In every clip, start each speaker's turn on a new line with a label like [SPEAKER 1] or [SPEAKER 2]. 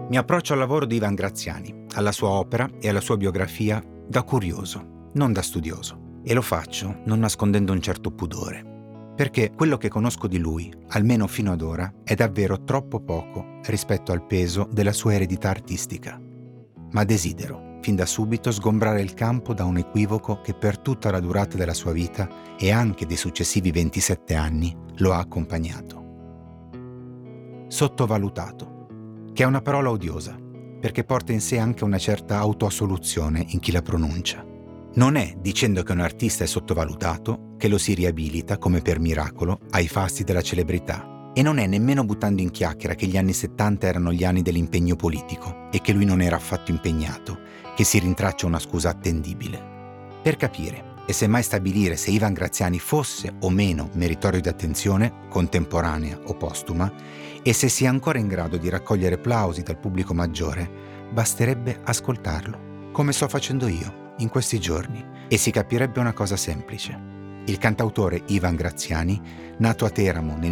[SPEAKER 1] Mi approccio al lavoro di Ivan Graziani, alla sua opera e alla sua biografia da curioso, non da studioso. E lo faccio non nascondendo un certo pudore. Perché quello che conosco di lui, almeno fino ad ora, è davvero troppo poco rispetto al peso della sua eredità artistica. Ma desidero, fin da subito, sgombrare il campo da un equivoco che per tutta la durata della sua vita e anche dei successivi 27 anni lo ha accompagnato. Sottovalutato, che è una parola odiosa, perché porta in sé anche una certa autoassoluzione in chi la pronuncia. Non è dicendo che un artista è sottovalutato che lo si riabilita, come per miracolo, ai fasti della celebrità. E non è nemmeno buttando in chiacchiera che gli anni 70 erano gli anni dell'impegno politico e che lui non era affatto impegnato, che si rintraccia una scusa attendibile. Per capire e semmai stabilire se Ivan Graziani fosse o meno meritorio di attenzione, contemporanea o postuma, e se sia ancora in grado di raccogliere plausi dal pubblico maggiore, basterebbe ascoltarlo, come sto facendo io in questi giorni, e si capirebbe una cosa semplice. Il cantautore Ivan Graziani, nato a Teramo nel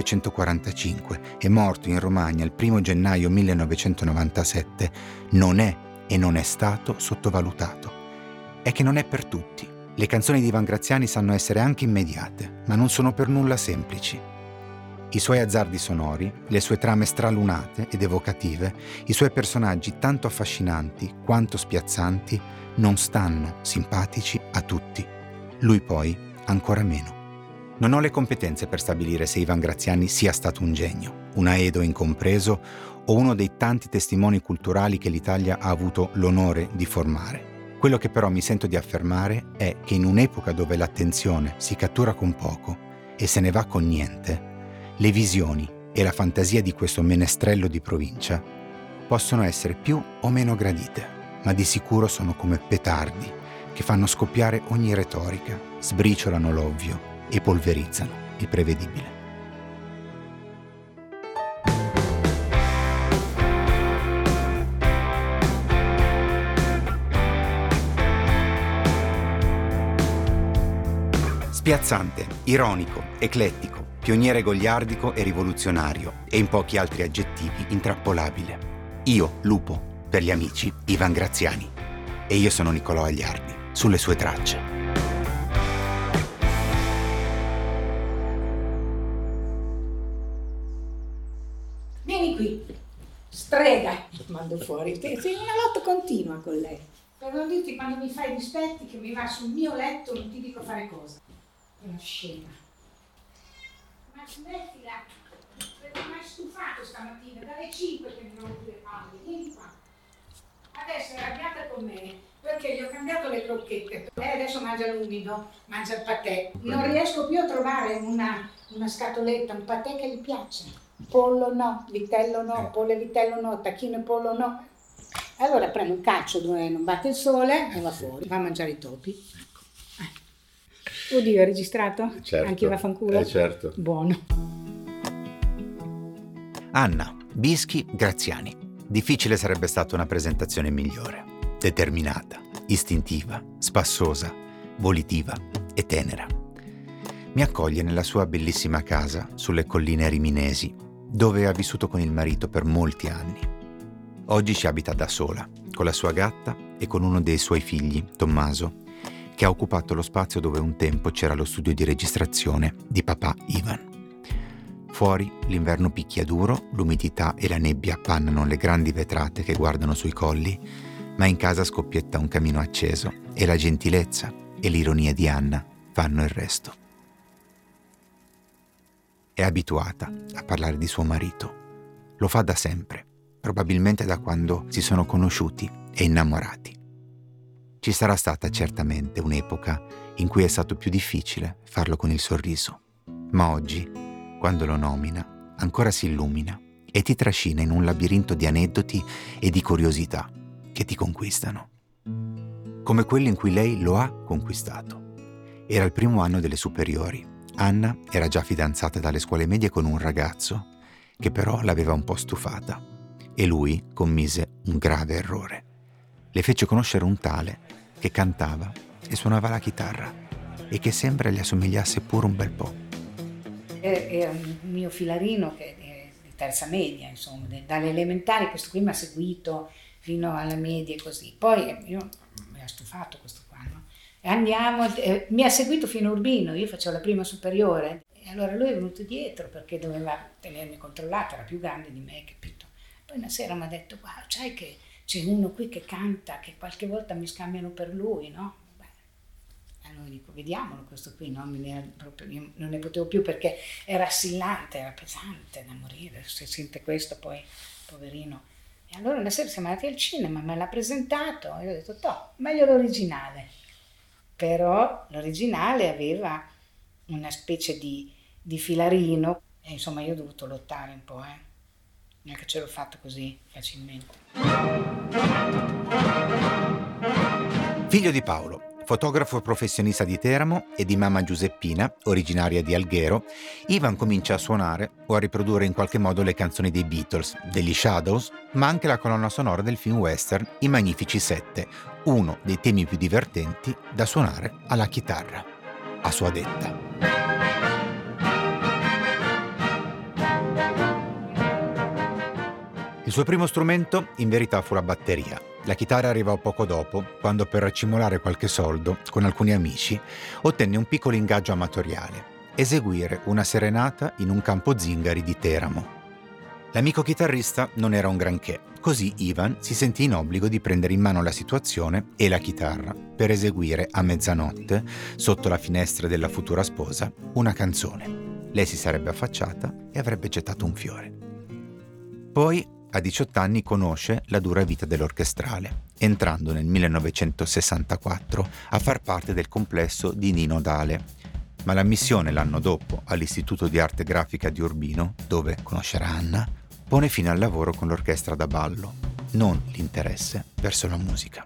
[SPEAKER 1] 1945 e morto in Romagna il 1 gennaio 1997, non è e non è stato sottovalutato. È che non è per tutti. Le canzoni di Ivan Graziani sanno essere anche immediate, ma non sono per nulla semplici. I suoi azzardi sonori, le sue trame stralunate ed evocative, i suoi personaggi tanto affascinanti quanto spiazzanti, non stanno simpatici a tutti. Lui poi ancora meno. Non ho le competenze per stabilire se Ivan Graziani sia stato un genio, un aedo incompreso o uno dei tanti testimoni culturali che l'Italia ha avuto l'onore di formare. Quello che però mi sento di affermare è che in un'epoca dove l'attenzione si cattura con poco e se ne va con niente, le visioni e la fantasia di questo menestrello di provincia possono essere più o meno gradite, ma di sicuro sono come petardi che fanno scoppiare ogni retorica, sbriciolano l'ovvio e polverizzano il prevedibile. Spiazzante, ironico, eclettico, pioniere goliardico e rivoluzionario, e in pochi altri aggettivi intrappolabile. Io, lupo, per gli amici, Ivan Graziani. E io sono Nicolò Agliardi, sulle sue tracce.
[SPEAKER 2] Vieni qui, strega, mando fuori. Sei una lotta continua con lei. Per non dirti quando mi fai dispetti che mi va sul mio letto non ti dico fare cosa. Una scena. Ma smettila, perché mi hai stufato stamattina, dalle 5 che mi rompo le palle, vieni qua. Adesso è arrabbiata con me perché gli ho cambiato le crocchette. Lei adesso mangia l'umido, mangia il patè. Non riesco più a trovare una scatoletta, un patè che gli piaccia. Pollo no, vitello no, pollo e vitello no, tacchino e pollo no. Allora prendo un calcio dove non batte il sole e va fuori, va a mangiare i topi. Oddio, è registrato?
[SPEAKER 3] Certo.
[SPEAKER 2] Anche io vaffanculo?
[SPEAKER 3] Certo.
[SPEAKER 2] Buono.
[SPEAKER 1] Anna Bischi Graziani. Difficile sarebbe stata una presentazione migliore. Determinata, istintiva, spassosa, volitiva e tenera. Mi accoglie nella sua bellissima casa sulle colline riminesi, dove ha vissuto con il marito per molti anni. Oggi ci abita da sola, con la sua gatta e con uno dei suoi figli, Tommaso, che ha occupato lo spazio dove un tempo c'era lo studio di registrazione di papà Ivan. Fuori l'inverno picchia duro, l'umidità e la nebbia appannano le grandi vetrate che guardano sui colli, ma in casa scoppietta un camino acceso e la gentilezza e l'ironia di Anna fanno il resto. È abituata a parlare di suo marito. Lo fa da sempre, probabilmente da quando si sono conosciuti e innamorati. Ci sarà stata certamente un'epoca in cui è stato più difficile farlo con il sorriso, ma oggi, quando lo nomina, ancora si illumina e ti trascina in un labirinto di aneddoti e di curiosità che ti conquistano. Come quello in cui lei lo ha conquistato. Era il primo anno delle superiori. Anna era già fidanzata dalle scuole medie con un ragazzo che però l'aveva un po' stufata e lui commise un grave errore. Le fece conoscere un tale che cantava e suonava la chitarra e che sembra gli assomigliasse pure un bel po'.
[SPEAKER 2] Era un mio filarino che è di terza media, insomma, dalle elementari questo qui mi ha seguito fino alla media e così. Poi io mi ha stufato questo qua, no? E andiamo, mi ha seguito fino a Urbino, io facevo la prima superiore, e allora lui è venuto dietro perché doveva tenermi controllata, era più grande di me, capito? Poi una sera mi ha detto, guarda, sai che c'è uno qui che canta, che qualche volta mi scambiano per lui, no? Allora dico, vediamolo questo qui, no? Io non ne potevo più perché era assillante, era pesante da morire, se sente questo poi, poverino. E allora una sera siamo andati al cinema, me l'ha presentato e io ho detto, meglio l'originale. Però l'originale aveva una specie di filarino e insomma io ho dovuto lottare un po', non è che ce l'ho fatto così facilmente.
[SPEAKER 1] Figlio di Paolo, fotografo professionista di Teramo, e di mamma Giuseppina, originaria di Alghero, Ivan comincia a suonare o a riprodurre in qualche modo le canzoni dei Beatles, degli Shadows, ma anche la colonna sonora del film western I Magnifici Sette, uno dei temi più divertenti da suonare alla chitarra, a sua detta. Il suo primo strumento in verità fu la batteria. La chitarra arrivò poco dopo, quando per raccimolare qualche soldo con alcuni amici ottenne un piccolo ingaggio amatoriale: eseguire una serenata in un campo zingari di Teramo. L'amico chitarrista non era un granché, così Ivan si sentì in obbligo di prendere in mano la situazione e la chitarra per eseguire a mezzanotte, sotto la finestra della futura sposa, una canzone. Lei si sarebbe affacciata e avrebbe gettato un fiore. Poi, a 18 anni, conosce la dura vita dell'orchestrale, entrando nel 1964 a far parte del complesso di Nino Dale. Ma l'ammissione l'anno dopo all'Istituto di Arte Grafica di Urbino, dove conoscerà Anna, pone fine al lavoro con l'orchestra da ballo, non l'interesse verso la musica.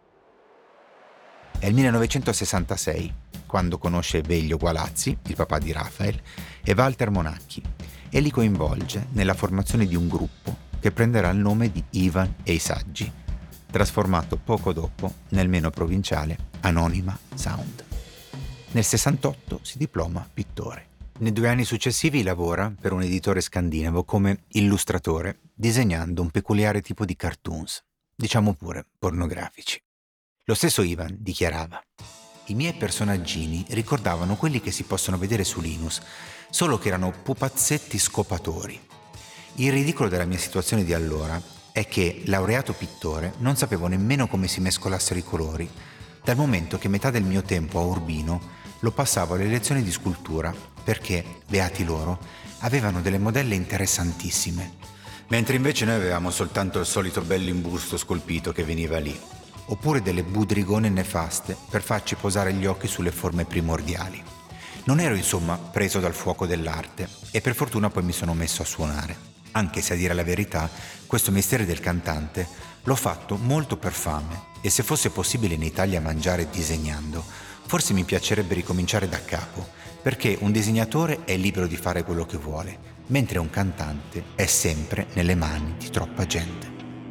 [SPEAKER 1] È il 1966, quando conosce Veglio Gualazzi, il papà di Rafael, e Walter Monacchi, e li coinvolge nella formazione di un gruppo che prenderà il nome di Ivan e i Saggi, trasformato poco dopo nel meno provinciale Anonima Sound. Nel 68 si diploma pittore. Nei 2 anni successivi lavora per un editore scandinavo come illustratore, disegnando un peculiare tipo di cartoons, diciamo pure pornografici. Lo stesso Ivan dichiarava: «I miei personaggini ricordavano quelli che si possono vedere su Linus, solo che erano pupazzetti scopatori. Il ridicolo della mia situazione di allora è che, laureato pittore, non sapevo nemmeno come si mescolassero i colori, dal momento che metà del mio tempo a Urbino lo passavo alle lezioni di scultura, perché, beati loro, avevano delle modelle interessantissime, mentre invece noi avevamo soltanto il solito bell'imbusto scolpito che veniva lì, oppure delle budrigone nefaste per farci posare gli occhi sulle forme primordiali. Non ero insomma preso dal fuoco dell'arte e per fortuna poi mi sono messo a suonare. Anche se, a dire la verità, questo mestiere del cantante l'ho fatto molto per fame, e se fosse possibile in Italia mangiare disegnando, forse mi piacerebbe ricominciare da capo, perché un disegnatore è libero di fare quello che vuole, mentre un cantante è sempre nelle mani di troppa gente».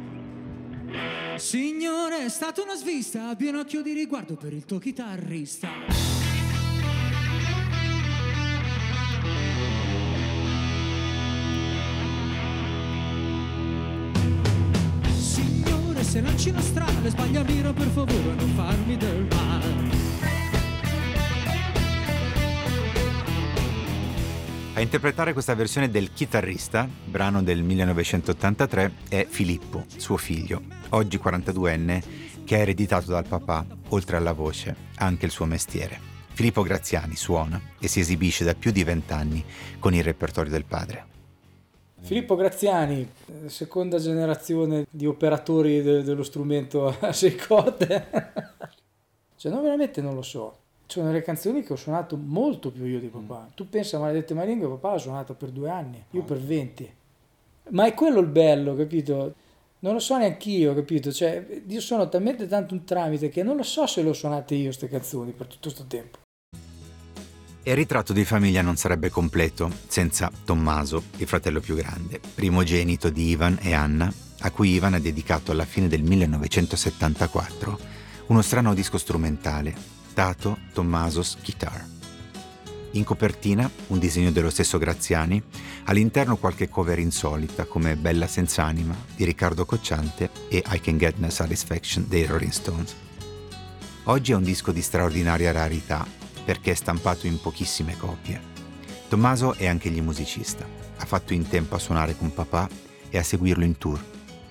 [SPEAKER 3] Signore, è stata una svista, abbia un occhio di riguardo per il tuo chitarrista. Se lanci una strada, sbaglia mira, per favore non farmi del male.
[SPEAKER 1] A interpretare questa versione del Chitarrista, brano del 1983, è Filippo, suo figlio, oggi 42enne, che ha ereditato dal papà, oltre alla voce, anche il suo mestiere. Filippo Graziani suona e si esibisce da più di 20 anni con il repertorio del padre.
[SPEAKER 4] Filippo Graziani, seconda generazione di operatori dello strumento a 6 corde. Cioè, no, veramente non lo so. Ci sono delle canzoni che ho suonato molto più io di papà. Tu pensa a Maledette Maringhe, papà l'ha suonato per 2 anni, io per 20. Ma è quello il bello, capito? Non lo so neanch'io, capito? Cioè, io sono talmente tanto un tramite che non lo so se le ho suonate io queste canzoni per tutto questo tempo.
[SPEAKER 1] E il ritratto di famiglia non sarebbe completo senza Tommaso, il fratello più grande, primogenito di Ivan e Anna, a cui Ivan ha dedicato alla fine del 1974 uno strano disco strumentale, Tato Tommaso's Guitar. In copertina un disegno dello stesso Graziani, all'interno qualche cover insolita come Bella senz'anima di Riccardo Cocciante e I Can Get No Satisfaction dei Rolling Stones. Oggi è un disco di straordinaria rarità perché è stampato in pochissime copie. Tommaso è anche egli musicista, ha fatto in tempo a suonare con papà e a seguirlo in tour.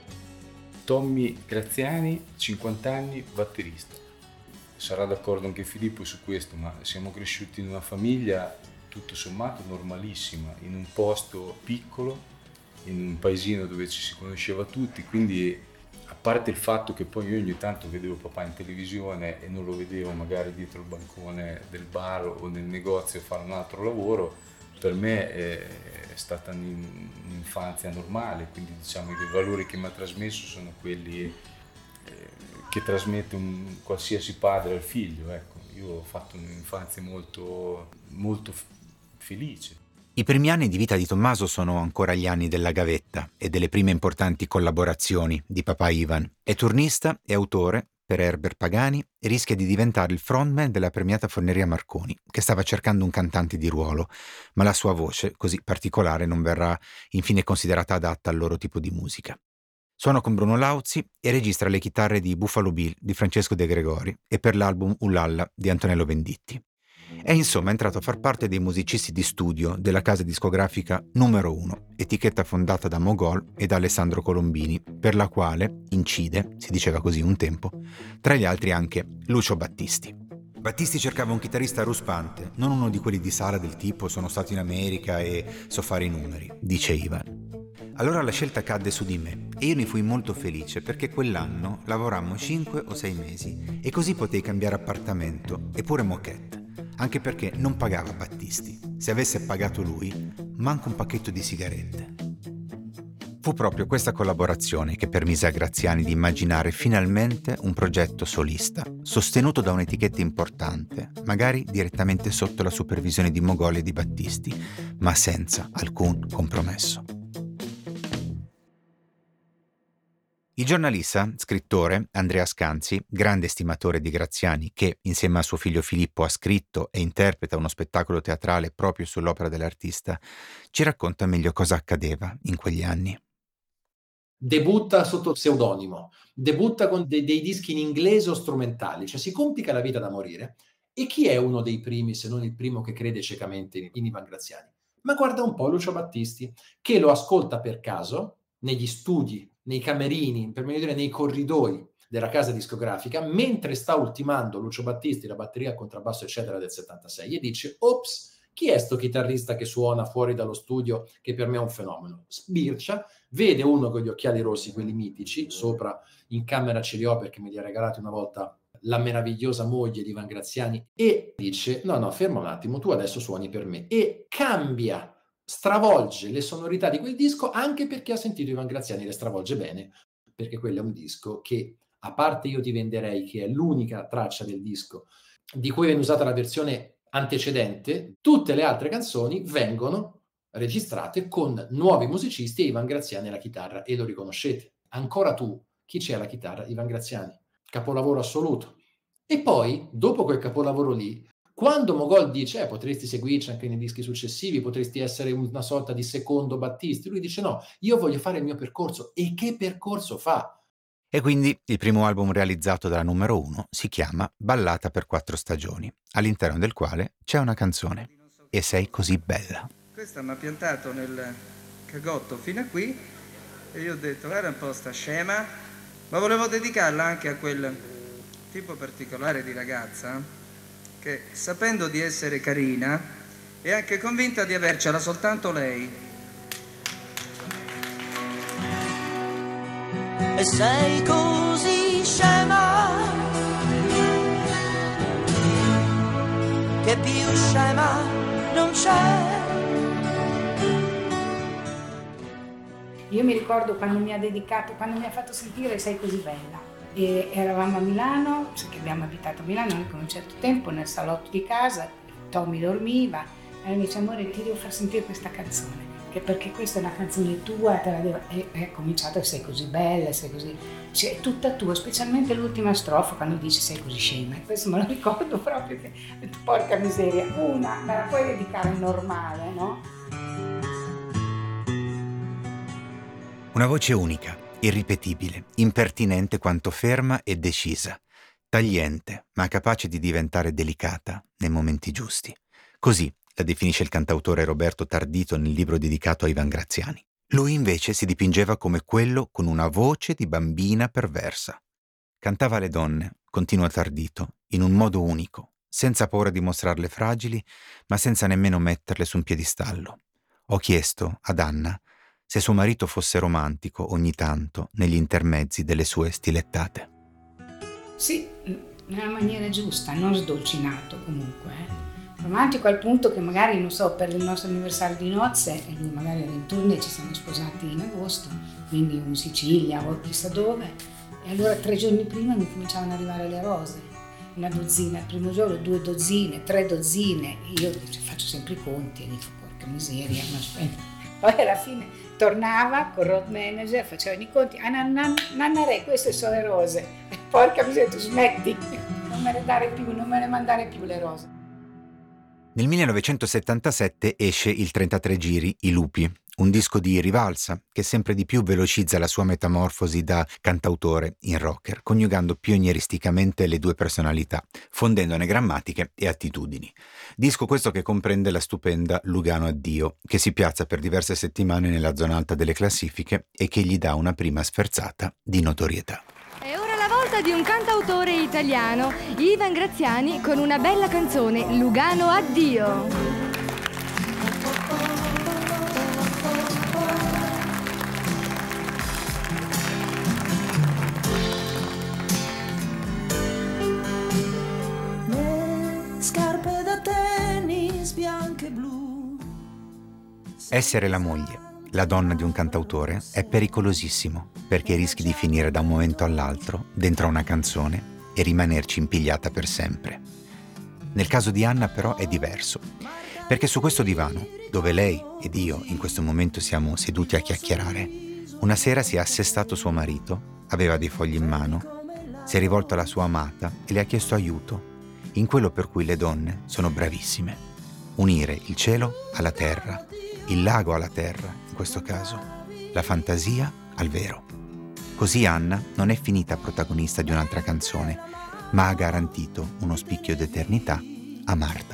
[SPEAKER 5] Tommy Graziani, 50 anni, batterista. Sarà d'accordo anche Filippo su questo, ma siamo cresciuti in una famiglia tutto sommato normalissima, in un posto piccolo, in un paesino dove ci si conosceva tutti, quindi a parte il fatto che poi io ogni tanto vedevo papà in televisione e non lo vedevo magari dietro il bancone del bar o nel negozio a fare un altro lavoro, per me è stata un'infanzia normale, quindi diciamo che i valori che mi ha trasmesso sono quelli che trasmette un qualsiasi padre al figlio. Ecco, io ho fatto un'infanzia molto, molto felice.
[SPEAKER 1] I primi anni di vita di Tommaso sono ancora gli anni della gavetta e delle prime importanti collaborazioni di papà Ivan. È turnista e autore per Herbert Pagani e rischia di diventare il frontman della premiata Forneria Marconi, che stava cercando un cantante di ruolo, ma la sua voce, così particolare, non verrà infine considerata adatta al loro tipo di musica. Suona con Bruno Lauzi e registra le chitarre di Buffalo Bill di Francesco De Gregori e per l'album Ullalla di Antonello Venditti. È insomma entrato a far parte dei musicisti di studio della casa discografica Numero 1, etichetta fondata da Mogol e da Alessandro Colombini, per la quale incide, si diceva così un tempo, tra gli altri anche Lucio Battisti. Battisti cercava un chitarrista ruspante, non uno di quelli di sala del tipo sono stato in America e so fare i numeri, dice Ivan. Allora la scelta cadde su di me e io ne fui molto felice perché quell'anno lavorammo 5 o 6 mesi e così potei cambiare appartamento e pure moquette, anche perché non pagava Battisti. Se avesse pagato lui, manco un pacchetto di sigarette. Fu proprio questa collaborazione che permise a Graziani di immaginare finalmente un progetto solista, sostenuto da un'etichetta importante, magari direttamente sotto la supervisione di Mogol e di Battisti, ma senza alcun compromesso. Il giornalista, scrittore, Andrea Scanzi, grande stimatore di Graziani, che insieme a suo figlio Filippo ha scritto e interpreta uno spettacolo teatrale proprio sull'opera dell'artista, ci racconta meglio cosa accadeva in quegli anni.
[SPEAKER 6] Debutta sotto pseudonimo, debutta con dei dischi in inglese o strumentali, cioè si complica la vita da morire. E chi è uno dei primi, se non il primo, che crede ciecamente in Ivan Graziani? Ma guarda un po' Lucio Battisti, che lo ascolta per caso negli studi, nei camerini, per meglio dire nei corridoi della casa discografica, mentre sta ultimando Lucio Battisti la batteria, il contrabbasso eccetera del 76 e dice: ops, chi è sto chitarrista che suona fuori dallo studio che per me è un fenomeno? Sbircia, vede uno con gli occhiali rossi, quelli mitici, sopra in camera ce li ho perché me li ha regalati una volta la meravigliosa moglie di Ivan Graziani, e dice: no, ferma un attimo, tu adesso suoni per me, e cambia, stravolge le sonorità di quel disco, anche perché ha sentito Ivan Graziani, le stravolge bene, perché quello è un disco che, a parte Io ti venderei, che è l'unica traccia del disco di cui viene usata la versione antecedente, tutte le altre canzoni vengono registrate con nuovi musicisti e Ivan Graziani alla chitarra, e lo riconoscete. Ancora tu, chi c'è alla chitarra? Ivan Graziani, capolavoro assoluto. E poi, dopo quel capolavoro lì, quando Mogol dice potresti seguirci anche nei dischi successivi, potresti essere una sorta di secondo Battisti, lui dice no, io voglio fare il mio percorso. E che percorso fa?
[SPEAKER 1] E quindi il primo album realizzato dalla Numero 1 si chiama Ballata per 4 stagioni, all'interno del quale c'è una canzone, E sei così bella.
[SPEAKER 7] Questa mi ha piantato nel cagotto fino a qui e io ho detto guarda un po' sta scema, ma volevo dedicarla anche a quel tipo particolare di ragazza che, sapendo di essere carina, è anche convinta di avercela soltanto lei.
[SPEAKER 8] E sei così scema che più scema non c'è.
[SPEAKER 2] Io mi ricordo quando mi ha fatto sentire Sei così bella. E eravamo a Milano, perché abbiamo abitato a Milano anche un certo tempo, nel salotto di casa, Tommy dormiva, e mi dice amore ti devo far sentire questa canzone. che perché questa è una canzone tua, te la devo... E è cominciato, sei così bella, sei così... Cioè, è tutta tua, specialmente l'ultima strofa, quando dice sei così scema. E questo me lo ricordo proprio che, porca miseria, una, me la puoi dedicare normale, no?
[SPEAKER 1] Una voce unica, irripetibile, impertinente quanto ferma e decisa, tagliente, ma capace di diventare delicata nei momenti giusti. Così la definisce il cantautore Roberto Tardito nel libro dedicato a Ivan Graziani. Lui invece si dipingeva come quello con una voce di bambina perversa. Cantava alle donne, continua Tardito, in un modo unico, senza paura di mostrarle fragili, ma senza nemmeno metterle su un piedistallo. Ho chiesto ad Anna se suo marito fosse romantico ogni tanto negli intermezzi delle sue stilettate.
[SPEAKER 2] Sì, nella maniera giusta, non sdolcinato comunque. Romantico al punto che magari, non so, per il nostro anniversario di nozze, e lui magari era in tournée, ci siamo sposati in agosto, quindi in Sicilia o chissà dove, e allora 3 giorni prima mi cominciavano ad arrivare le rose. Una dozzina, il primo giorno 2 dozzine, 3 dozzine, io faccio sempre i conti e dico porca miseria, ma aspetta. Poi alla fine tornava col road manager, facevano i conti, Nanna Re, queste sono le rose, porca miseria, tu smetti, non me ne mandare più le rose.
[SPEAKER 1] Nel 1977 esce il 33 giri I Lupi, un disco di rivalsa che sempre di più velocizza la sua metamorfosi da cantautore in rocker, coniugando pionieristicamente le due personalità, fondendone grammatiche e attitudini. Disco questo che comprende la stupenda Lugano Addio, che si piazza per diverse settimane nella zona alta delle classifiche e che gli dà una prima sferzata di notorietà.
[SPEAKER 9] È ora la volta di un cantautore italiano, Ivan Graziani, con una bella canzone, Lugano Addio.
[SPEAKER 8] Scarpe da tennis bianche e blu.
[SPEAKER 1] Essere la moglie, la donna di un cantautore, è pericolosissimo, perché rischi di finire da un momento all'altro dentro a una canzone e rimanerci impigliata per sempre. Nel caso di Anna però è diverso, perché su questo divano, dove lei ed io in questo momento siamo seduti a chiacchierare, una sera si è assestato suo marito, aveva dei fogli in mano, si è rivolto alla sua amata e le ha chiesto aiuto in quello per cui le donne sono bravissime: unire il cielo alla terra, il lago alla terra, in questo caso, la fantasia al vero. Così Anna non è finita protagonista di un'altra canzone, ma ha garantito uno spicchio d'eternità a Marta.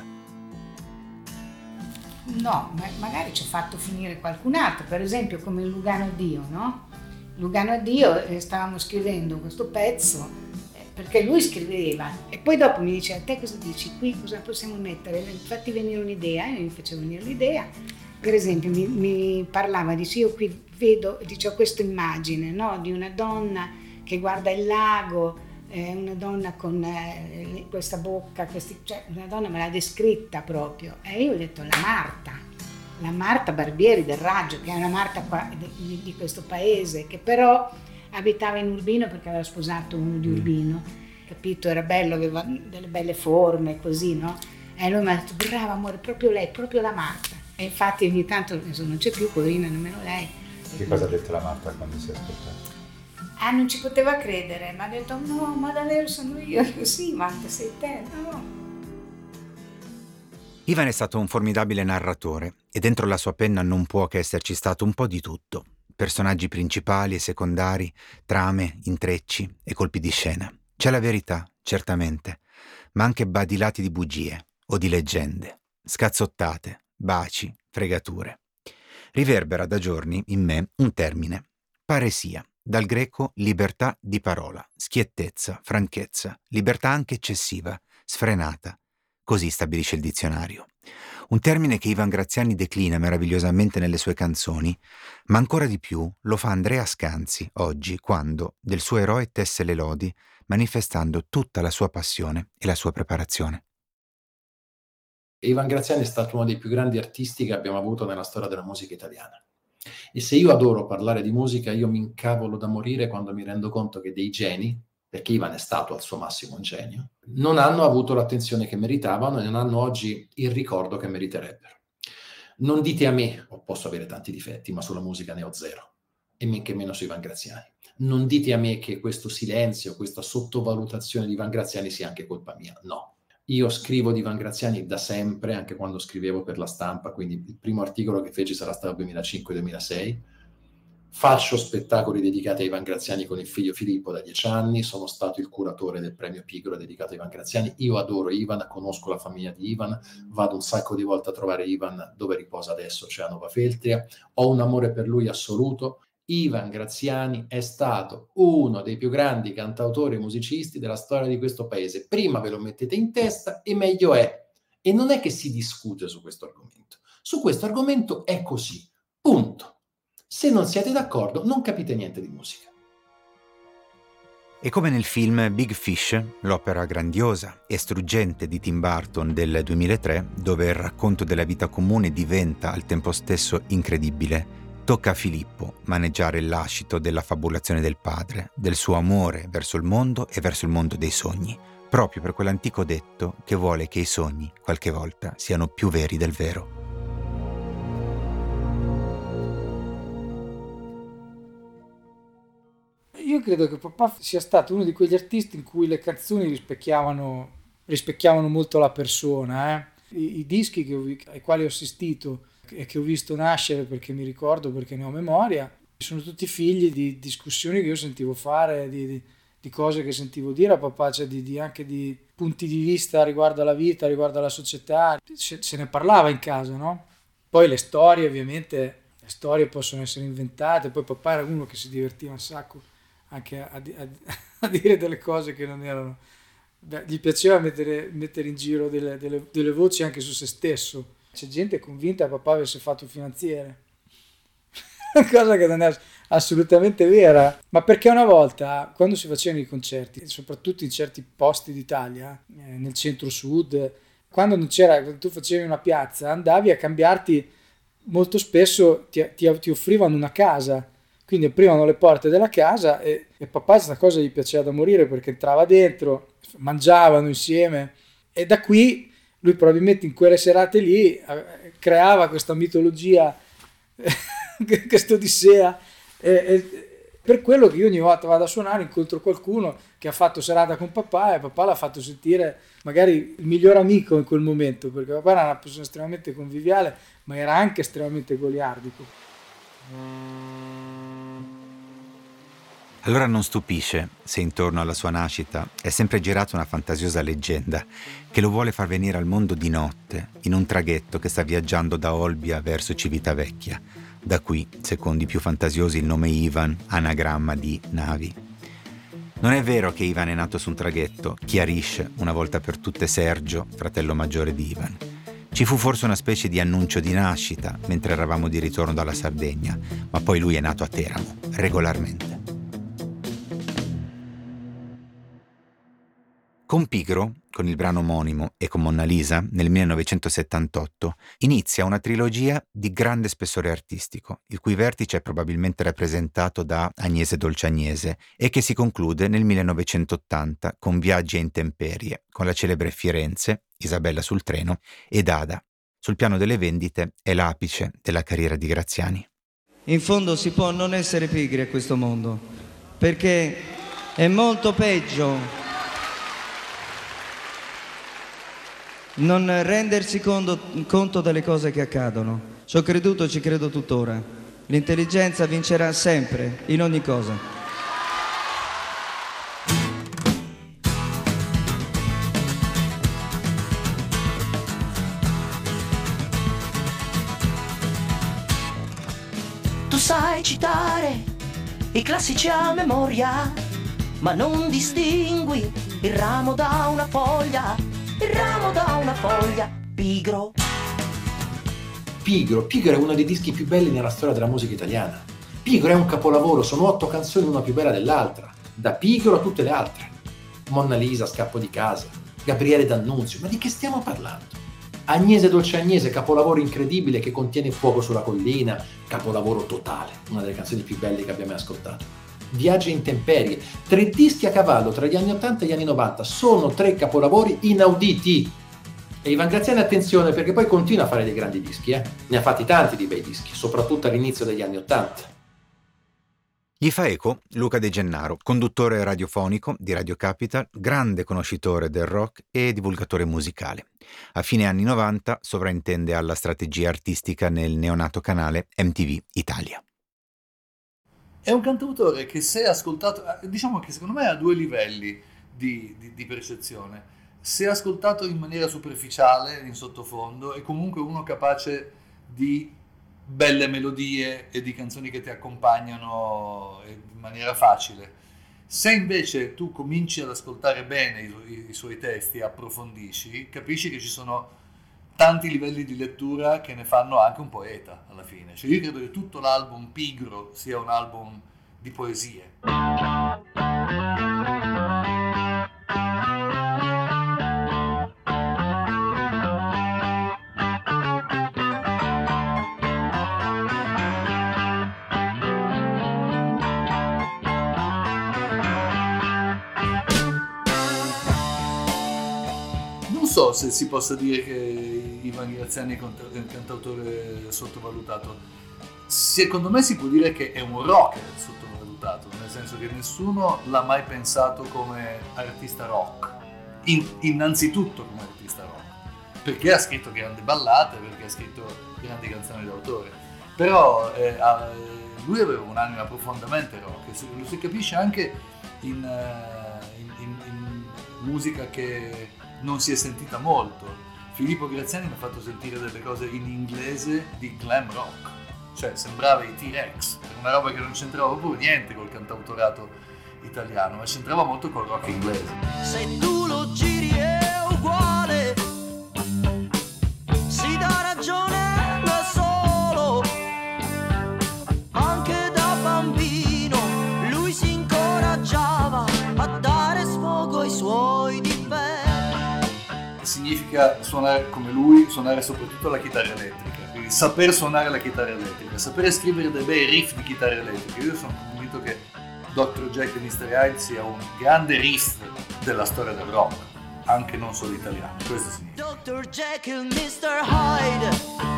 [SPEAKER 2] No, magari ci ho fatto finire qualcun altro, per esempio come il Lugano Addio, no? Lugano Addio, stavamo scrivendo questo pezzo, perché lui scriveva e poi dopo mi diceva: te cosa dici qui, cosa possiamo mettere, fatti venire un'idea, e mi faceva venire l'idea. Per esempio mi parlava, dice: io qui vedo, dice, ho questa immagine, no, di una donna che guarda il lago, una donna con questa bocca, cioè una donna me l'ha descritta proprio, e io ho detto la Marta Barbieri del Raggio, che è una Marta qua di questo paese, che però abitava in Urbino perché aveva sposato uno di Urbino, capito? Era bello, aveva delle belle forme, così, no? E lui mi ha detto: brava amore, proprio lei, proprio la Marta. E infatti ogni tanto adesso non c'è più, poverina, nemmeno lei.
[SPEAKER 5] Che cosa ha detto la Marta quando si è ascoltata?
[SPEAKER 2] Non ci poteva credere, mi ha detto: no, ma davvero sono io? Sì, Marta, sei te, no?
[SPEAKER 1] Ivan è stato un formidabile narratore e dentro la sua penna non può che esserci stato un po' di tutto. Personaggi principali e secondari, trame, intrecci e colpi di scena. C'è la verità, certamente, ma anche badilati di bugie o di leggende, scazzottate, baci, fregature. Riverbera da giorni in me un termine: paresia, dal greco libertà di parola, schiettezza, franchezza, libertà anche eccessiva, sfrenata. Così stabilisce il dizionario. Un termine che Ivan Graziani declina meravigliosamente nelle sue canzoni, ma ancora di più lo fa Andrea Scanzi oggi, quando del suo eroe tesse le lodi, manifestando tutta la sua passione e la sua preparazione.
[SPEAKER 6] Ivan Graziani è stato uno dei più grandi artisti che abbiamo avuto nella storia della musica italiana. E se io adoro parlare di musica, io mi incavolo da morire quando mi rendo conto che dei geni, perché Ivan è stato al suo massimo un genio, non hanno avuto l'attenzione che meritavano e non hanno oggi il ricordo che meriterebbero. Non dite a me, o posso avere tanti difetti, ma sulla musica ne ho zero, e men che meno su Ivan Graziani. Non dite a me che questo silenzio, questa sottovalutazione di Ivan Graziani sia anche colpa mia, no. Io scrivo di Ivan Graziani da sempre, anche quando scrivevo per La Stampa, quindi il primo articolo che feci sarà stato nel 2005-2006. Faccio spettacoli dedicati a Ivan Graziani con il figlio Filippo da 10 anni, sono stato il curatore del premio Pigro dedicato a Ivan Graziani. Io adoro Ivan, conosco la famiglia di Ivan, vado un sacco di volte a trovare Ivan dove riposa adesso, cioè a Nova Feltria, ho un amore per lui assoluto. Ivan Graziani è stato uno dei più grandi cantautori e musicisti della storia di questo paese. Prima ve lo mettete in testa e meglio è. E non è che si discute su questo argomento. Su questo argomento è così. Punto. Se non siete d'accordo, non capite niente di musica.
[SPEAKER 1] E come nel film Big Fish, l'opera grandiosa e struggente di Tim Burton del 2003, dove il racconto della vita comune diventa al tempo stesso incredibile, tocca a Filippo maneggiare il lascito della fabulazione del padre, del suo amore verso il mondo e verso il mondo dei sogni, proprio per quell'antico detto che vuole che i sogni, qualche volta, siano più veri del vero.
[SPEAKER 4] Io credo che papà sia stato uno di quegli artisti in cui le canzoni rispecchiavano molto la persona. I dischi ai quali ho assistito e che ho visto nascere, perché mi ricordo, perché ne ho memoria, sono tutti figli di discussioni che io sentivo fare, di cose che sentivo dire a papà, cioè anche di punti di vista riguardo alla vita, riguardo alla società. Se ne parlava in casa, no? Poi le storie, ovviamente, possono essere inventate. Poi papà era uno che si divertiva un sacco anche a dire delle cose che non erano. Gli piaceva mettere in giro delle voci anche su se stesso. C'è gente convinta che papà avesse fatto il finanziere, cosa che non è assolutamente vera, ma perché una volta, quando si facevano i concerti, soprattutto in certi posti d'Italia, nel centro-sud, quando non c'era, tu facevi una piazza, andavi a cambiarti, molto spesso ti offrivano una casa, quindi aprivano le porte della casa e papà questa cosa gli piaceva da morire, perché entrava dentro, mangiavano insieme, e da qui lui probabilmente in quelle serate lì creava questa mitologia, questa odissea, e per quello che io ogni volta vado a suonare incontro qualcuno che ha fatto serata con papà e papà l'ha fatto sentire magari il miglior amico in quel momento, perché papà era una persona estremamente conviviale, ma era anche estremamente goliardico.
[SPEAKER 1] Allora non stupisce se intorno alla sua nascita è sempre girata una fantasiosa leggenda che lo vuole far venire al mondo di notte, in un traghetto che sta viaggiando da Olbia verso Civitavecchia. Da qui, secondo i più fantasiosi, il nome Ivan, anagramma di navi. Non è vero che Ivan è nato su un traghetto, chiarisce una volta per tutte Sergio, fratello maggiore di Ivan. Ci fu forse una specie di annuncio di nascita mentre eravamo di ritorno dalla Sardegna, ma poi lui è nato a Teramo, regolarmente. Con Pigro, con il brano omonimo, e con Monna Lisa, nel 1978, inizia una trilogia di grande spessore artistico, il cui vertice è probabilmente rappresentato da Agnese Dolce Agnese e che si conclude nel 1980 con Viaggi a intemperie, con la celebre Firenze, Isabella sul treno, e Dada. Sul piano delle vendite è l'apice della carriera di Graziani.
[SPEAKER 7] In fondo si può non essere pigri a questo mondo, perché è molto peggio non rendersi conto delle cose che accadono. Ci ho creduto, ci credo tuttora. L'intelligenza vincerà sempre, in ogni cosa.
[SPEAKER 8] Tu sai citare i classici a memoria, ma non distingui il ramo da una foglia. Il ramo da una foglia. Pigro
[SPEAKER 6] è uno dei dischi più belli nella storia della musica italiana. Pigro è un capolavoro, sono 8 canzoni, una più bella dell'altra, da Pigro a tutte le altre. Monna Lisa, Scappo di casa, Gabriele D'Annunzio, ma di che stiamo parlando? Agnese Dolce Agnese, capolavoro incredibile che contiene Fuoco sulla collina, capolavoro totale, una delle canzoni più belle che abbiamo mai ascoltato. Viaggi a intemperie, 3 dischi a cavallo tra gli anni 80 e gli anni 90, sono 3 capolavori inauditi. E Ivan Graziani, attenzione, perché poi continua a fare dei grandi dischi, ne ha fatti tanti di bei dischi, soprattutto all'inizio degli anni '80.
[SPEAKER 1] Gli fa eco Luca De Gennaro, conduttore radiofonico di Radio Capital, grande conoscitore del rock e divulgatore musicale. A fine anni 90 sovrintende alla strategia artistica nel neonato canale MTV Italia.
[SPEAKER 10] È un cantautore che, se ascoltato, diciamo che secondo me ha due livelli di percezione. Se ascoltato in maniera superficiale, in sottofondo, è comunque uno capace di belle melodie e di canzoni che ti accompagnano in maniera facile. Se invece tu cominci ad ascoltare bene i suoi testi, approfondisci, capisci che ci sono tanti livelli di lettura che ne fanno anche un poeta alla fine. Cioè, io credo che tutto l'album Pigro sia un album di poesie. Non so se si possa dire che Ivan Graziani è un cantautore sottovalutato. Secondo me si può dire che è un rocker sottovalutato, nel senso che nessuno l'ha mai pensato come artista rock, innanzitutto come artista rock, perché ha scritto grandi ballate, perché ha scritto grandi canzoni d'autore, però lui aveva un'anima profondamente rock, lo si capisce anche in musica che non si è sentita molto. Filippo Graziani mi ha fatto sentire delle cose in inglese di glam rock, cioè sembrava i T-Rex, una roba che non c'entrava proprio niente col cantautorato italiano, ma c'entrava molto col rock inglese.
[SPEAKER 8] Se tu lo giri è uguale, si dà ragione da solo, anche da bambino lui si incoraggiava a dare sfogo ai suoi difetti.
[SPEAKER 10] Significa suonare come lui, suonare soprattutto la chitarra elettrica, quindi saper suonare la chitarra elettrica, sapere scrivere dei bei riff di chitarra elettrica. Io sono convinto che Dr. Jekyll e Mr. Hyde sia un grande riff della storia del rock, anche non solo italiano, questo significa.
[SPEAKER 8] Dr. Jekyll, Mr. Hyde.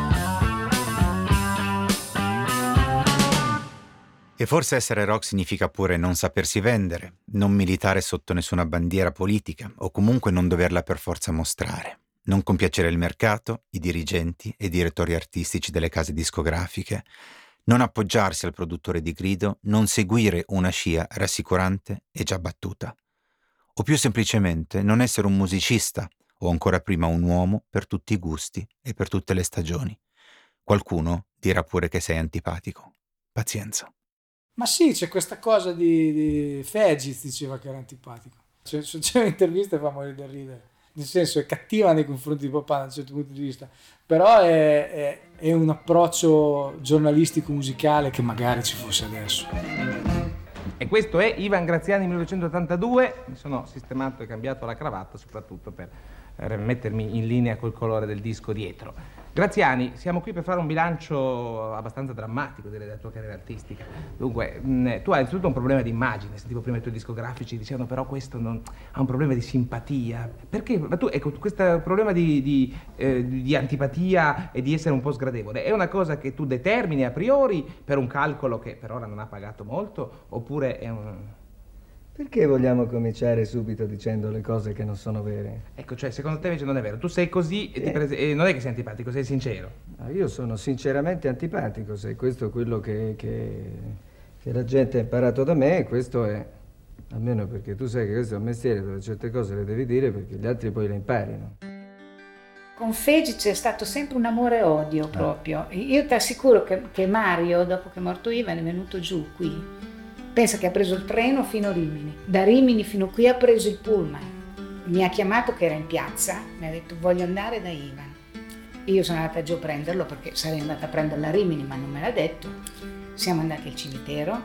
[SPEAKER 1] E forse essere rock significa pure non sapersi vendere, non militare sotto nessuna bandiera politica o comunque non doverla per forza mostrare, non compiacere il mercato, i dirigenti e i direttori artistici delle case discografiche, non appoggiarsi al produttore di grido, non seguire una scia rassicurante e già battuta, o più semplicemente non essere un musicista o ancora prima un uomo per tutti i gusti e per tutte le stagioni. Qualcuno dirà pure che sei antipatico. Pazienza.
[SPEAKER 4] Ma sì, c'è questa cosa di Fegiz diceva che era antipatico. C'è un'intervista che fa morire da ridere. Nel senso, è cattiva nei confronti di papà da un certo punto di vista, però è un approccio giornalistico musicale che magari ci fosse adesso.
[SPEAKER 11] E questo è Ivan Graziani 1982. Mi sono sistemato e cambiato la cravatta soprattutto per mettermi in linea col colore del disco dietro. Graziani, siamo qui per fare un bilancio abbastanza drammatico della tua carriera artistica. Dunque, tu hai innanzitutto un problema di immagine. Sentivo prima i tuoi discografici dicevano però questo ha un problema di simpatia. Perché? Ma tu, ecco, questo problema di antipatia e di essere un po' sgradevole è una cosa che tu determini a priori per un calcolo che per ora non ha pagato molto, oppure è un...
[SPEAKER 12] Perché vogliamo cominciare subito dicendo le cose che non sono vere?
[SPEAKER 11] Ecco, cioè, secondo te invece non è vero. Tu sei così e non è che sei antipatico, sei sincero.
[SPEAKER 12] Io sono sinceramente antipatico, se questo è quello che la gente ha imparato da me, questo è... Almeno perché tu sai che questo è un mestiere dove certe cose le devi dire perché gli altri poi le imparino.
[SPEAKER 2] Con Fegiz è stato sempre un amore e odio proprio. Io ti assicuro che Mario, dopo che è morto Ivan, è venuto giù qui. Pensa che ha preso il treno fino a Rimini, da Rimini fino qui ha preso il pullman, mi ha chiamato che era in piazza, mi ha detto voglio andare da Ivan. Io sono andata giù a prenderlo perché sarei andata a prenderla a Rimini ma non me l'ha detto. Siamo andati al cimitero,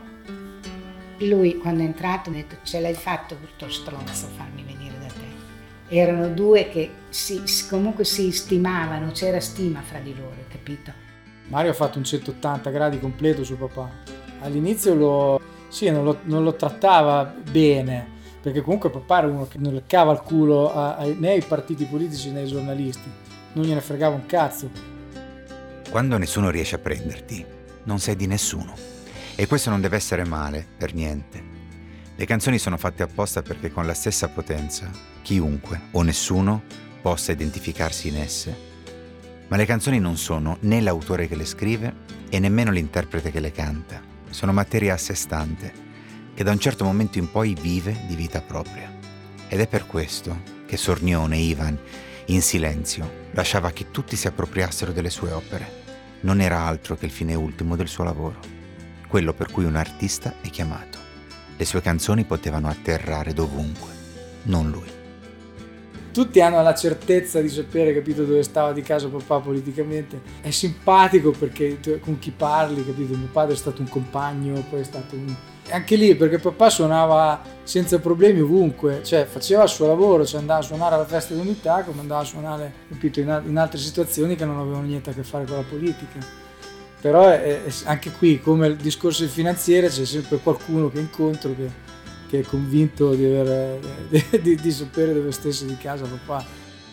[SPEAKER 2] lui quando è entrato mi ha detto ce l'hai fatto brutto stronzo farmi venire da te. Erano due che comunque si stimavano, c'era stima fra di loro, capito?
[SPEAKER 4] Mario ha fatto un 180 gradi completo su papà. All'inizio non lo trattava bene, perché comunque papà era uno che non le cava il culo né ai partiti politici né ai giornalisti, non gliene fregava un cazzo.
[SPEAKER 1] Quando nessuno riesce a prenderti, non sei di nessuno. E questo non deve essere male, per niente. Le canzoni sono fatte apposta perché con la stessa potenza, chiunque o nessuno possa identificarsi in esse. Ma le canzoni non sono né l'autore che le scrive e nemmeno l'interprete che le canta. Sono materia a sé stante, che da un certo momento in poi vive di vita propria. Ed è per questo che Sornione, Ivan, in silenzio, lasciava che tutti si appropriassero delle sue opere. Non era altro che il fine ultimo del suo lavoro, quello per cui un artista è chiamato. Le sue canzoni potevano atterrare dovunque, non lui.
[SPEAKER 4] Tutti hanno la certezza di sapere, capito, dove stava di casa papà politicamente. È simpatico perché con chi parli, capito? Mio padre è stato un compagno, poi è stato un... Anche lì, perché papà suonava senza problemi ovunque, cioè faceva il suo lavoro, cioè andava a suonare alla festa dell'unità come andava a suonare, capito, in altre situazioni che non avevano niente a che fare con la politica. Però anche qui, come il discorso del finanziere, c'è sempre qualcuno che incontro che è convinto di sapere dove stesse di casa papà.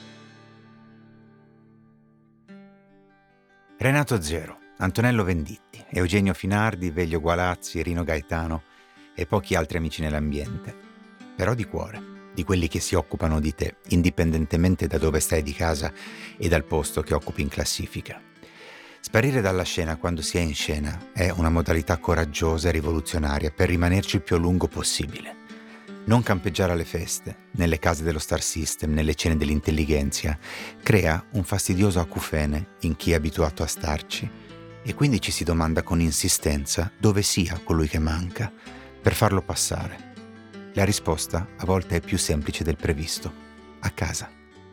[SPEAKER 1] Renato Zero, Antonello Venditti, Eugenio Finardi, Veglio Gualazzi, Rino Gaetano e pochi altri amici nell'ambiente, però di cuore, di quelli che si occupano di te, indipendentemente da dove stai di casa e dal posto che occupi in classifica. Sparire dalla scena quando si è in scena è una modalità coraggiosa e rivoluzionaria per rimanerci il più a lungo possibile. Non campeggiare alle feste, nelle case dello Star System, nelle cene dell'intellighenzia, crea un fastidioso acufene in chi è abituato a starci e quindi ci si domanda con insistenza dove sia colui che manca per farlo passare. La risposta a volte è più semplice del previsto: a casa.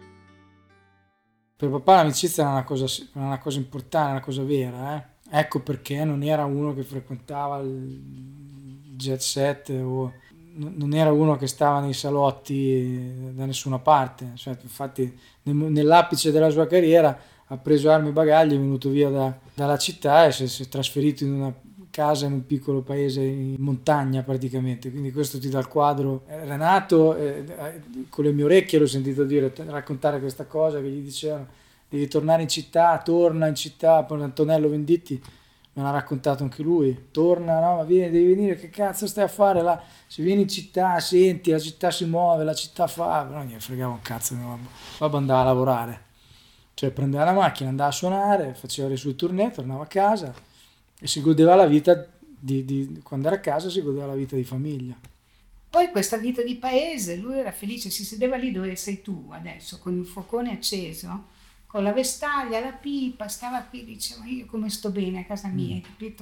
[SPEAKER 4] Per papà l'amicizia era una cosa importante, una cosa vera. Ecco perché non era uno che frequentava il jet set o non era uno che stava nei salotti da nessuna parte. Cioè, infatti nell'apice della sua carriera ha preso armi e bagagli, è venuto via dalla città e si è trasferito in una casa in un piccolo paese in montagna praticamente, quindi questo ti dà il quadro. Renato, con le mie orecchie l'ho sentito raccontare questa cosa, che gli dicevano devi tornare in città, torna in città. Poi Antonello Venditti me l'ha raccontato anche lui, torna, no, ma devi venire, che cazzo stai a fare là? Se vieni in città, senti, la città si muove, la città fa, però non gli fregava un cazzo, babbo andava a lavorare, cioè prendeva la macchina, andava a suonare, faceva le sue tournée, tornava a casa e si godeva la vita quando era a casa, si godeva la vita di famiglia.
[SPEAKER 2] Poi questa vita di paese, lui era felice, si sedeva lì dove sei tu adesso, con il fuocone acceso, con la vestaglia, la pipa, stava qui e diceva io come sto bene a casa mia, capito?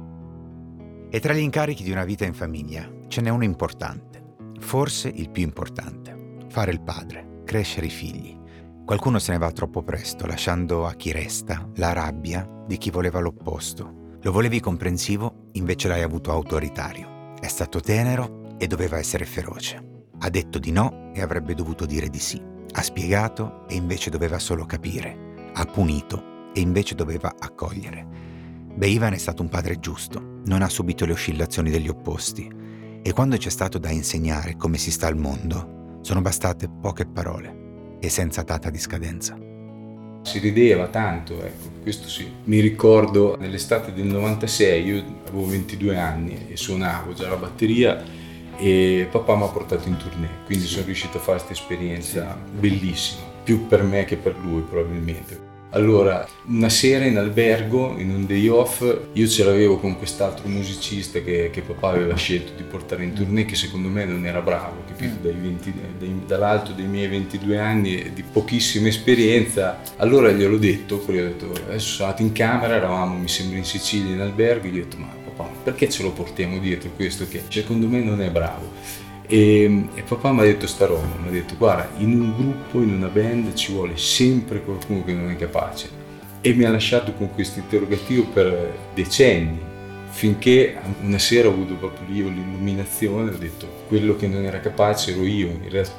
[SPEAKER 1] E tra gli incarichi di una vita in famiglia ce n'è uno importante, forse il più importante: fare il padre, crescere i figli. Qualcuno se ne va troppo presto, lasciando a chi resta la rabbia di chi voleva l'opposto. Lo volevi comprensivo, invece l'hai avuto autoritario. È stato tenero e doveva essere feroce. Ha detto di no e avrebbe dovuto dire di sì. Ha spiegato e invece doveva solo capire. Ha punito e invece doveva accogliere. Beh, Ivan è stato un padre giusto, non ha subito le oscillazioni degli opposti. E quando c'è stato da insegnare come si sta al mondo, sono bastate poche parole e senza data di scadenza.
[SPEAKER 5] Si rideva tanto, ecco, questo sì. Mi ricordo nell'estate del 96, io avevo 22 anni e suonavo già la batteria e papà mi ha portato in tournée, quindi sono riuscito a fare questa esperienza bellissima, più per me che per lui probabilmente. Allora, una sera in albergo, in un day off, io ce l'avevo con quest'altro musicista che papà aveva scelto di portare in tournée, che secondo me non era bravo, capito? Dall'alto dei miei 22 anni e di pochissima esperienza. Allora gliel'ho detto, poi ho detto, adesso sono andato in camera, eravamo mi sembra in Sicilia in albergo, e gli ho detto, ma papà, perché ce lo portiamo dietro questo che secondo me non è bravo? E papà mi ha detto sta roba, mi ha detto guarda, in un gruppo, in una band ci vuole sempre qualcuno che non è capace, e mi ha lasciato con questo interrogativo per decenni, finché una sera ho avuto proprio io l'illuminazione, ho detto quello che non era capace ero io in realtà.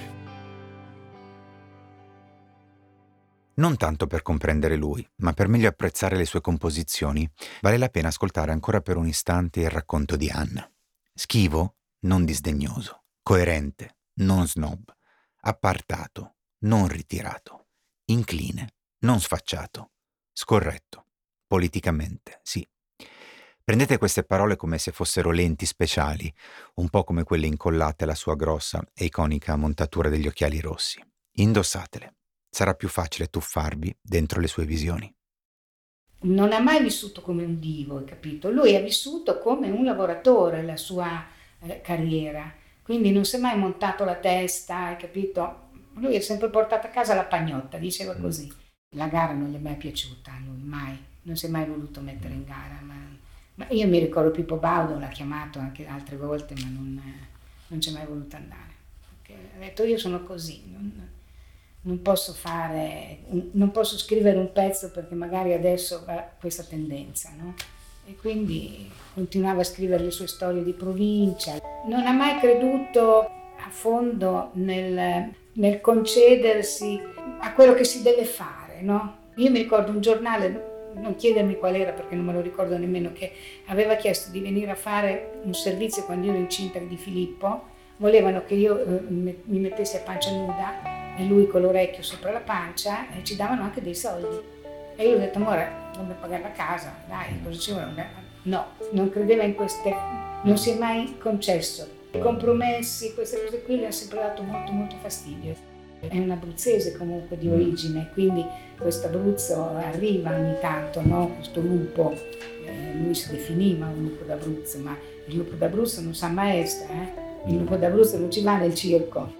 [SPEAKER 1] Non tanto per comprendere lui, ma per meglio apprezzare le sue composizioni, vale la pena ascoltare ancora per un istante il racconto di Anna. Schivo, non disdegnoso, coerente, non snob, appartato, non ritirato, incline, non sfacciato, scorretto, politicamente, sì. Prendete queste parole come se fossero lenti speciali, un po' come quelle incollate alla sua grossa e iconica montatura degli occhiali rossi. Indossatele. Sarà più facile tuffarvi dentro le sue visioni.
[SPEAKER 2] Non ha mai vissuto come un divo, hai capito? Lui ha vissuto come un lavoratore la sua carriera, quindi non si è mai montato la testa, hai capito? Lui ha sempre portato a casa la pagnotta, diceva così. La gara non gli è mai piaciuta a lui, mai. Non si è mai voluto mettere in gara, ma io mi ricordo Pippo Baudo l'ha chiamato anche altre volte, ma non c'è mai voluto andare. Perché ha detto io sono così, non posso scrivere un pezzo perché magari adesso va questa tendenza, no? E quindi continuava a scrivere le sue storie di provincia. Non ha mai creduto a fondo nel concedersi a quello che si deve fare, no? Io mi ricordo un giornale, non chiedermi qual era perché non me lo ricordo nemmeno, che aveva chiesto di venire a fare un servizio quando io ero incinta di Filippo. Volevano che io mi mettessi a pancia nuda e lui con l'orecchio sopra la pancia, e ci davano anche dei soldi. E io ho detto, amore, non mi pagare la casa, dai, cosa ci vuole? No, non credeva in queste, non si è mai concesso. I compromessi, queste cose qui le ha sempre dato molto molto fastidio. È un abruzzese comunque di origine, quindi questo Abruzzo arriva ogni tanto, no? Questo lupo, lui si definiva un lupo d'Abruzzo, ma il lupo d'Abruzzo non sa maestra, Il lupo d'Abruzzo non ci va nel circo.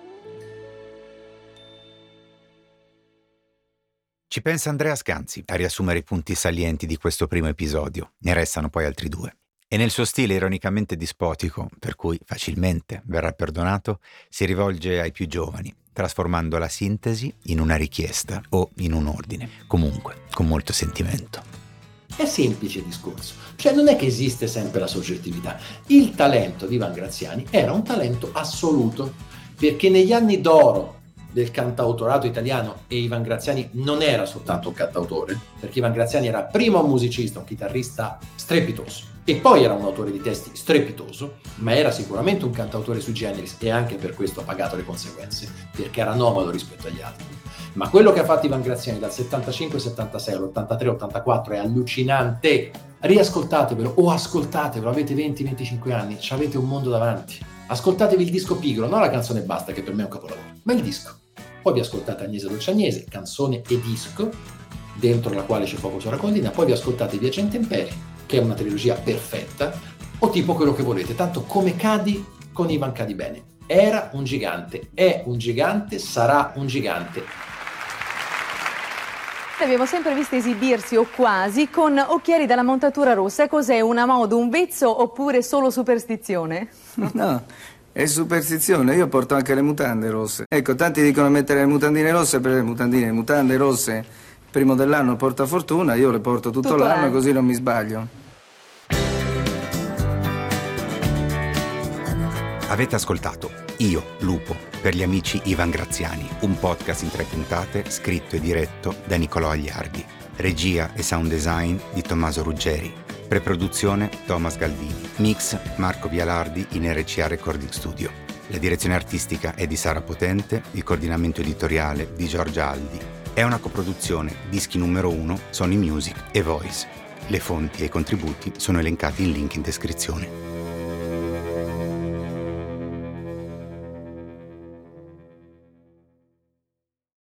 [SPEAKER 1] Ci pensa Andrea Scanzi a riassumere i punti salienti di questo primo episodio, ne restano poi altri 2. E nel suo stile ironicamente dispotico, per cui facilmente verrà perdonato, si rivolge ai più giovani, trasformando la sintesi in una richiesta o in un ordine, comunque con molto sentimento.
[SPEAKER 6] È semplice il discorso, cioè non è che esiste sempre la soggettività. Il talento di Ivan Graziani era un talento assoluto, perché negli anni d'oro del cantautorato italiano, e Ivan Graziani non era soltanto un cantautore, perché Ivan Graziani era prima un musicista, un chitarrista strepitoso, e poi era un autore di testi strepitoso, ma era sicuramente un cantautore sui generis, e anche per questo ha pagato le conseguenze, perché era anomalo rispetto agli altri. Ma quello che ha fatto Ivan Graziani dal 75-76 all'83-84 è allucinante. Riascoltatevelo o ascoltatevelo, avete 20-25 anni, ci avete un mondo davanti. Ascoltatevi il disco Pigro, non la canzone Basta, che per me è un capolavoro, ma il disco. Poi vi ascoltate Agnese Dolce Agnese, canzone e disco, dentro la quale c'è Fuoco sulla collina, poi vi ascoltate Via Centemperi, che è una trilogia perfetta, o tipo Quello che volete, tanto come cadi con Ivan cadi bene. Era un gigante, è un gigante, sarà un gigante.
[SPEAKER 13] L'abbiamo sempre visto esibirsi, o quasi, con occhiali dalla montatura rossa. Cos'è, una moda, un vezzo oppure solo superstizione?
[SPEAKER 12] No, è superstizione. Io porto anche le mutande rosse. Ecco, tanti dicono mettere le mutandine rosse per le mutande rosse. Primo dell'anno porta fortuna, io le porto tutto l'anno così non mi sbaglio.
[SPEAKER 1] Avete ascoltato Io, Lupo, per gli amici Ivan Graziani, un podcast in 3 puntate scritto e diretto da Nicolò Agliardi, regia e sound design di Tommaso Ruggeri, preproduzione Thomas Galdini, mix Marco Vialardi in RCA Recording Studio. La direzione artistica è di Sara Potente, il coordinamento editoriale di Giorgia Aldi. È una coproduzione Dischi numero 1, Sony Music e Voice. Le fonti e i contributi sono elencati in link in descrizione.